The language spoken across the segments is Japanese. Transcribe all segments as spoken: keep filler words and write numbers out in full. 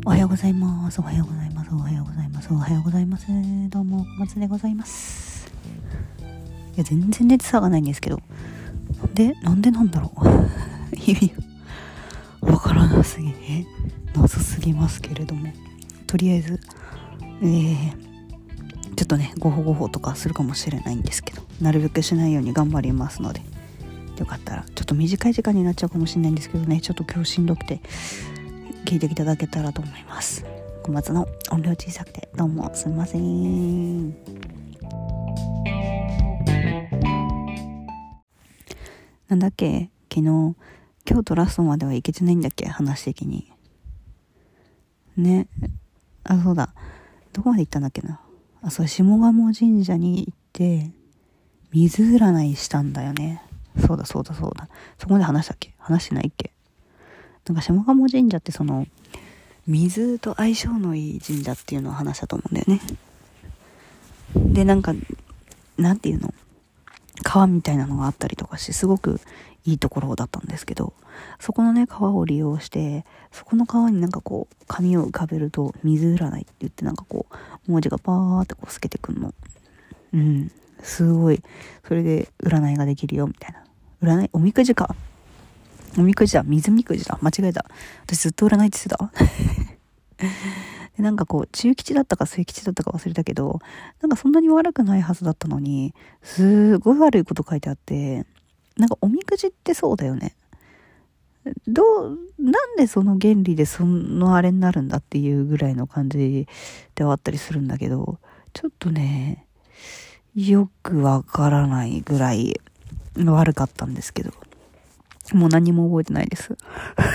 おはようございます。おはようございます。おはようございます。おはようございます。どうも、小松でございます。いや、全然熱差がないんですけど、なんで、なんでなんだろう。意味がわからなすぎて、謎すぎますけれども、とりあえず、えー、ちょっとね、ごほごほとかするかもしれないんですけど、なるべくしないように頑張りますので、よかったら、ちょっと短い時間になっちゃうかもしれないんですけどね、ちょっと今日しんどくて、聞いていただけたらと思います。小松の音量小さくてどうもすみません。なんだっけ、昨日京都ラストまでは行けてないんだっけ、話的にね。あ、そうだ、どこまで行ったんだっけなあ、そう、下鴨神社に行って水占いしたんだよね。そうだそうだそうだ、そこで話したっけ、話してないっけ。なんか下鴨神社ってその水と相性のいい神社っていうのを話したと思うんだよね。で、なんかなんていうの、川みたいなのがあったりとかして、すごくいいところだったんですけど、そこのね川を利用して、そこの川になんかこう紙を浮かべると水占いって言って、なんかこう文字がバーってこう透けてくんの。うん、すごい、それで占いができるよみたいな。占い、おみくじか、おみくじだ、水みくじだ、間違えた。私ずっと占いって言ってた。で、なんかこう中吉だったか末吉だったか忘れたけど、なんかそんなに悪くないはずだったのに、すごい悪いこと書いてあって、なんかおみくじってそうだよね。どう、なんでその原理でそのあれになるんだっていうぐらいの感じではあったりするんだけど、ちょっとね、よくわからないぐらい悪かったんですけど、もう何も覚えてないです。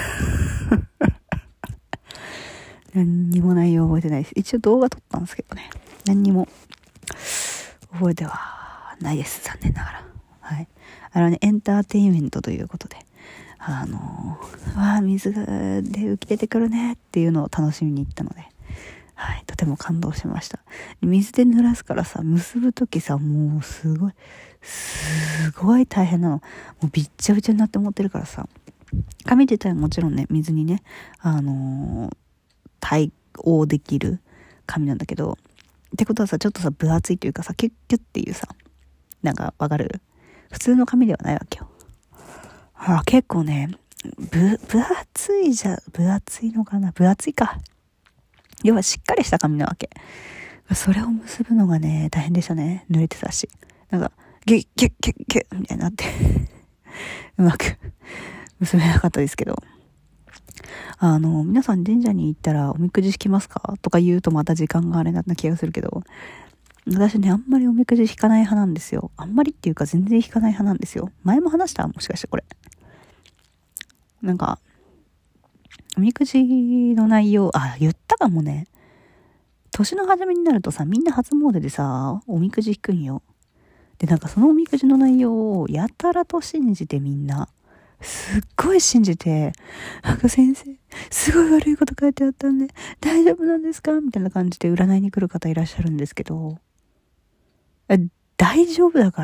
何にも内容覚えてないです。一応動画撮ったんですけどね、何にも覚えてはないです。残念ながら。はい。あのね、エンターテインメントということで、あのー、わあ、水がで浮き出てくるねっていうのを楽しみに行ったので、はい、とても感動しました。水で濡らすからさ、結ぶときさ、もうすごい、すごい大変なの。もうびっちゃびちゃになって持ってるからさ、紙自体はもちろんね、水にね、あのー、対応できる紙なんだけど、ってことはさ、ちょっとさ、分厚いというかさ、キュッキュッっていうさ、なんかわかる？普通の紙ではないわけよ。あ、結構ね、ぶ、分厚いじゃ、分厚いのかな？分厚いか。要はしっかりした紙なわけ。それを結ぶのがね、大変でしたね。濡れてたし。なんか、ギュッギュッギュッギュッみたいになって、うまく結べなかったですけど。あの、皆さん神社に行ったらおみくじ引きますかとか言うとまた時間があれな気がするけど、私ね、あんまりおみくじ引かない派なんですよ。あんまりっていうか全然引かない派なんですよ。前も話した？もしかしてこれ。なんか、おみくじの内容、あ、言ったかもね。年の初めになるとさ、みんな初詣でさ、おみくじ引くんよ。で、なんかそのおみくじの内容をやたらと信じて、みんな。すっごい信じて、なんか先生、すごい悪いこと書いてあったんで、大丈夫なんですかみたいな感じで占いに来る方いらっしゃるんですけど、大丈夫だから。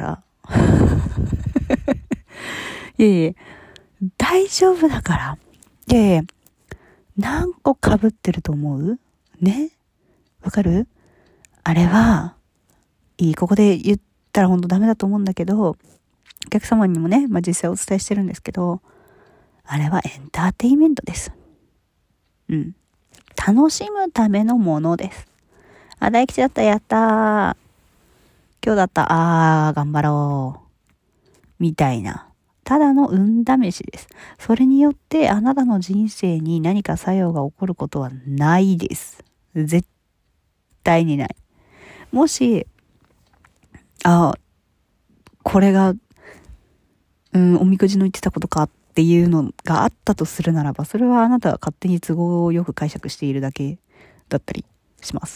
いやいや、大丈夫だから。いやいや、何個被ってると思う？ね？わかる？あれは、いい、ここで言ったらほんとダメだと思うんだけど、お客様にもね、まあ、実際お伝えしてるんですけど、あれはエンターテインメントです。うん。楽しむためのものです。あ、大吉だった、やったー。今日だった、あー、頑張ろう。みたいな。ただの運試しです。それによってあなたの人生に何か作用が起こることはないです。絶対にない。もし、あ、これが、うん、おみくじの言ってたことかっていうのがあったとするならば、それはあなたが勝手に都合をよく解釈しているだけだったりします。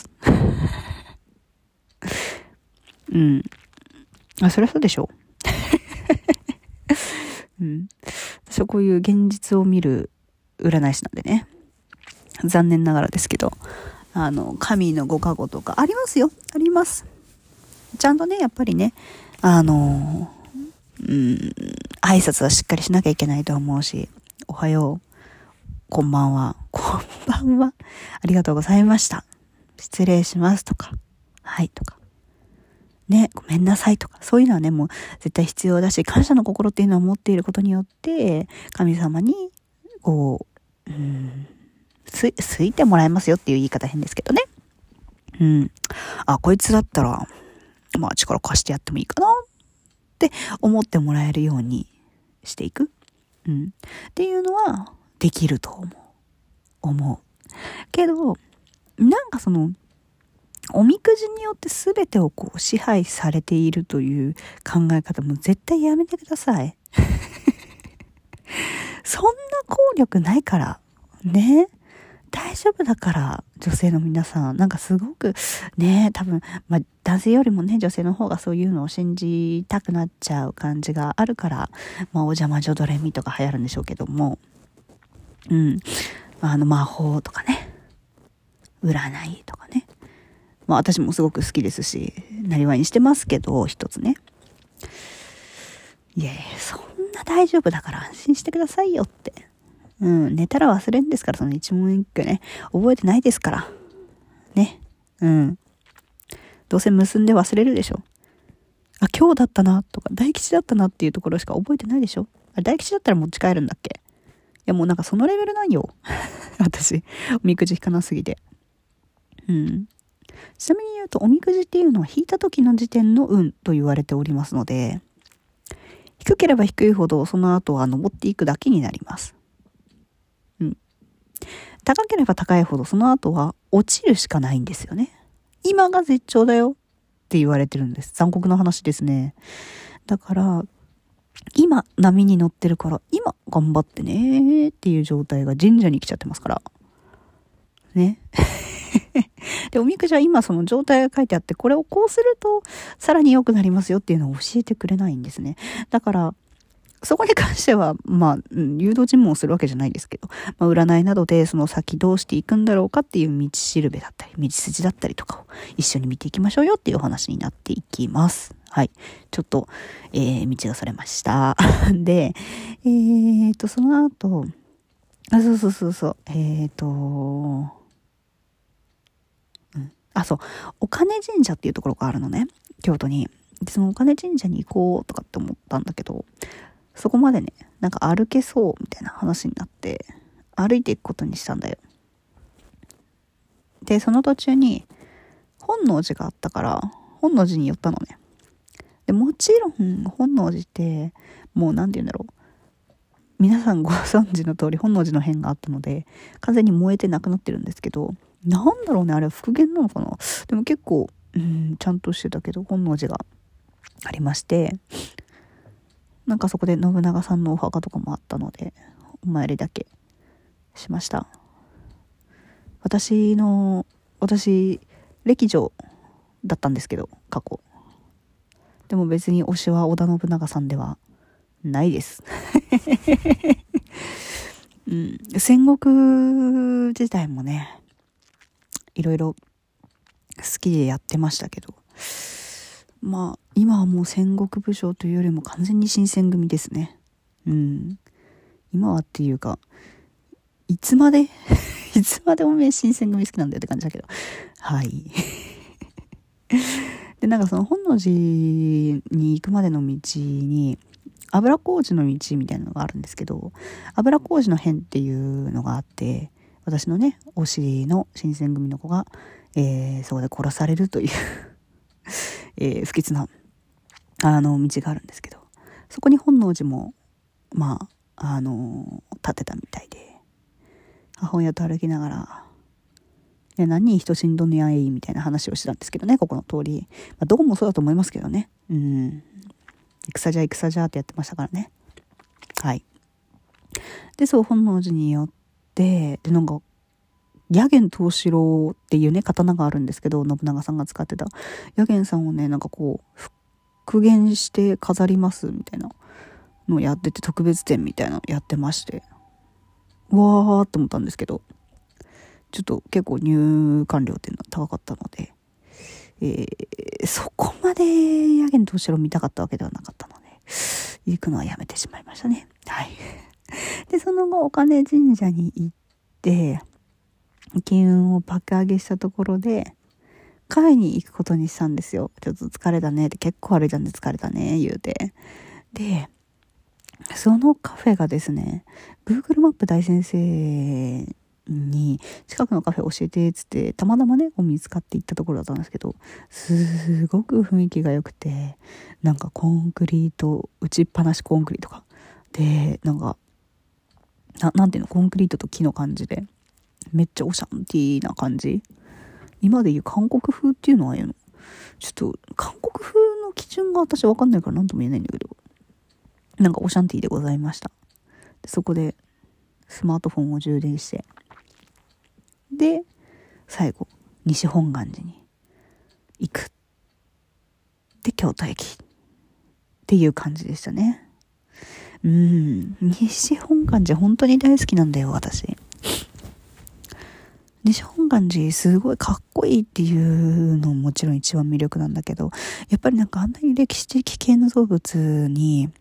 うん。あ、そりゃそうでしょう。うん。私はこういう現実を見る占い師なんでね。残念ながらですけど、あの、神のご加護とかありますよ。あります。ちゃんとね、やっぱりね、あの、うん、挨拶はしっかりしなきゃいけないと思うし、おはよう、こんばんは、こんばばんは。ありがとうございました。失礼しますとか、はいとか。ね、ごめんなさいとか、そういうのはね、もう絶対必要だし、感謝の心っていうのを持っていることによって、神様に、こう、うーん、す、すいてもらえますよっていう言い方変ですけどね。うん。あ、こいつだったら、まあ力貸してやってもいいかなって思ってもらえるようにしていく。うん。っていうのは、できると思う。思う。けど、なんかその、おみくじによって全てをこう支配されているという考え方も絶対やめてください。そんな効力ないから。ね。大丈夫だから、女性の皆さん。なんかすごく、ね、多分、まあ、男性よりもね、女性の方がそういうのを信じたくなっちゃう感じがあるから、まあ、お邪魔女ドレミとか流行るんでしょうけども、うん。あの、魔法とかね。占いとかね。まあ私もすごく好きですし、なりわいにしてますけど、一つね。いやいや、そんな大丈夫だから安心してくださいよって。うん、寝たら忘れんですから、その一問一句ね。覚えてないですから。ね。うん。どうせ結んで忘れるでしょ。あ、今日だったな、とか、大吉だったなっていうところしか覚えてないでしょ。あれ、大吉だったら持ち帰るんだっけ。いや、もうなんかそのレベルなんよ。私、おみくじ引かなすぎて。うん。ちなみに言うと、おみくじっていうのは引いた時の時点の運と言われておりますので、低ければ低いほどその後は登っていくだけになります。うん。高ければ高いほどその後は落ちるしかないんですよね。今が絶頂だよって言われてるんです。残酷な話ですね。だから、今波に乗ってるから、今頑張ってねっていう状態が神社に来ちゃってますから。ね。で、おみくじは今その状態が書いてあって、これをこうするとさらに良くなりますよっていうのを教えてくれないんですね。だから、そこに関しては、まあ、うん、誘導尋問をするわけじゃないですけど、まあ、占いなどでその先どうしていくんだろうかっていう道しるべだったり、道筋だったりとかを一緒に見ていきましょうよっていうお話になっていきます。はい。ちょっと、えー、道がそれました。で、えーと、その後、あ、そうそうそうそう、えーと、あ、そう、お金神社っていうところがあるのね、京都に。で、そのお金神社に行こうとかって思ったんだけど、そこまでね、なんか歩けそうみたいな話になって、歩いていくことにしたんだよ。で、その途中に、本能寺があったから、本能寺に寄ったのね。で、もちろん、本能寺って、もうなんて言うんだろう。皆さんご存知の通り、本能寺の変があったので、完全に燃えてなくなってるんですけど、なんだろうね、あれは復元なのかな。でも結構、うん、ちゃんとしてたけど、本能寺がありまして、なんかそこで信長さんのお墓とかもあったので、お参りだけしました。私の、私、歴女だったんですけど、過去。でも別に推しは織田信長さんではないです。うん、戦国時代もね、いろいろ好きでやってましたけど、まあ今はもう戦国武将というよりも完全に新選組ですね。うん。今はっていうか、いつまでいつまでおめえ新選組好きなんだよって感じだけど、はい。で、なんかその本能寺に行くまでの道に油麹の道みたいなのがあるんですけど、油麹の変っていうのがあって、私のね、推しの新選組の子が、えー、そこで殺されるという、えー、不吉な、あの、道があるんですけど、そこに本能寺も、まあ、あの、建てたみたいで、母親と歩きながら、いや、何人人死んどんねやいみたいな話をしてたんですけどね、ここの通り。まあ、どこもそうだと思いますけどね。うん。戦じゃ戦じゃってやってましたからね。はい。で、そう、本能寺によって、で、なんか、ヤゲン東四郎っていうね、刀があるんですけど、信長さんが使ってた。ヤゲンさんをね、なんかこう、復元して飾りますみたいなのをやってて、特別展みたいなのやってまして、うわーって思ったんですけど、ちょっと結構入館料っていうのは高かったので、えー、そこまでヤゲン東四郎見たかったわけではなかったので、行くのはやめてしまいましたね。はい。で、その後、お金神社に行って、 金運を爆上げしたところでカフェに行くことにしたんですよ。ちょっと疲れたねって、結構歩いたんで疲れたね言うて、でそのカフェがですね、 Google マップ大先生に近くのカフェ教えてっつってたまたまね見つかって行ったところだったんですけど、すごく雰囲気が良くて、なんかコンクリート打ちっぱなしコンクリとかで、なんか な, なんていうのコンクリートと木の感じでめっちゃオシャンティーな感じ、今でいう韓国風っていうのは言うの、ちょっと韓国風の基準が私分かんないから何とも言えないんだけど、なんかオシャンティーでございました。でそこでスマートフォンを充電して、で最後西本願寺に行く、で京都駅っていう感じでしたね。うん、西本願寺本当に大好きなんだよ私。西本願寺すごいかっこいいっていうのももちろん一番魅力なんだけど、やっぱりなんかあんなに歴史的建造物に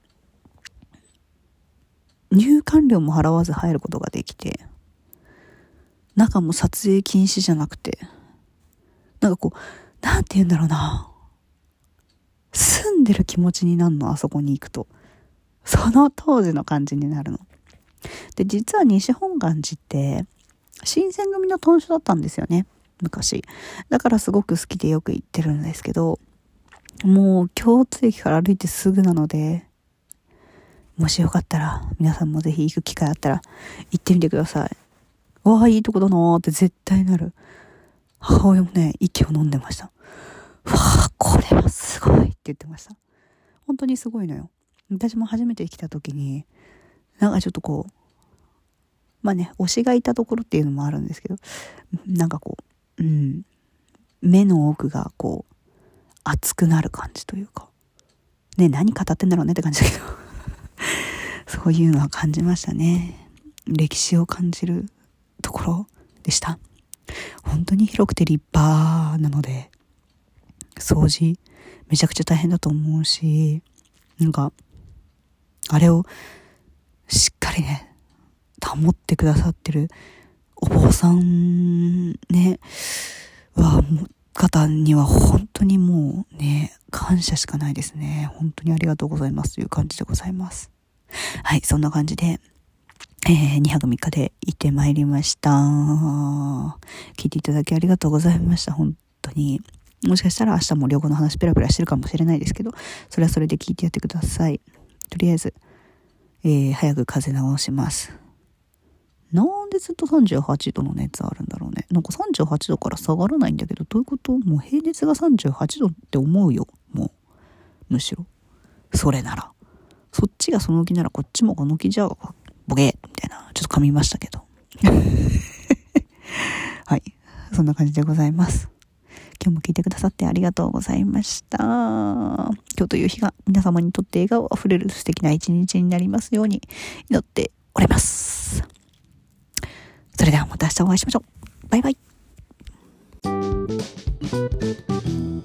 入館料も払わず入ることができて、中も撮影禁止じゃなくて、なんかこうなんて言うんだろうな、住んでる気持ちになるの、あそこに行くとその当時の感じになるので、実は西本願寺って新選組の屯所だったんですよね昔。だからすごく好きでよく行ってるんですけど、もう京都駅から歩いてすぐなので、もしよかったら皆さんもぜひ行く機会あったら行ってみてください。わあいいとこだなーって絶対なる。母親もね息を飲んでました。わあこれはすごいって言ってました。本当にすごいのよ。私も初めて来た時になんかちょっとこうまあね推しがいたところっていうのもあるんですけど、なんかこううん目の奥がこう熱くなる感じというかね、何語ってんだろうねって感じだけどそういうのは感じましたね。歴史を感じるところでした。本当に広くて立派なので掃除めちゃくちゃ大変だと思うし、なんかあれをしっかりね保ってくださってるお坊さんねは方には本当にもうね感謝しかないですね。本当にありがとうございますという感じでございます。はい、そんな感じで、えー、にはくみっかで行ってまいりました。聞いていただきありがとうございました。本当にもしかしたら明日も旅行の話ペラペラしてるかもしれないですけど、それはそれで聞いてやってください。とりあえず、えー、早く風邪治します。なんでずっとさんじゅうはちどの熱あるんだろうね。なんかさんじゅうはちどから下がらないんだけど、どういうこと？もう平熱がさんじゅうはちどって思うよ。もうむしろそれならそっちがその気ならこっちもこの気じゃボケみたいな、ちょっと噛みましたけどはい、そんな感じでございます。今日も聞いてくださってありがとうございました。今日という日が皆様にとって笑顔あふれる素敵な一日になりますように祈っております。それではまた明日お会いしましょう。バイバイ。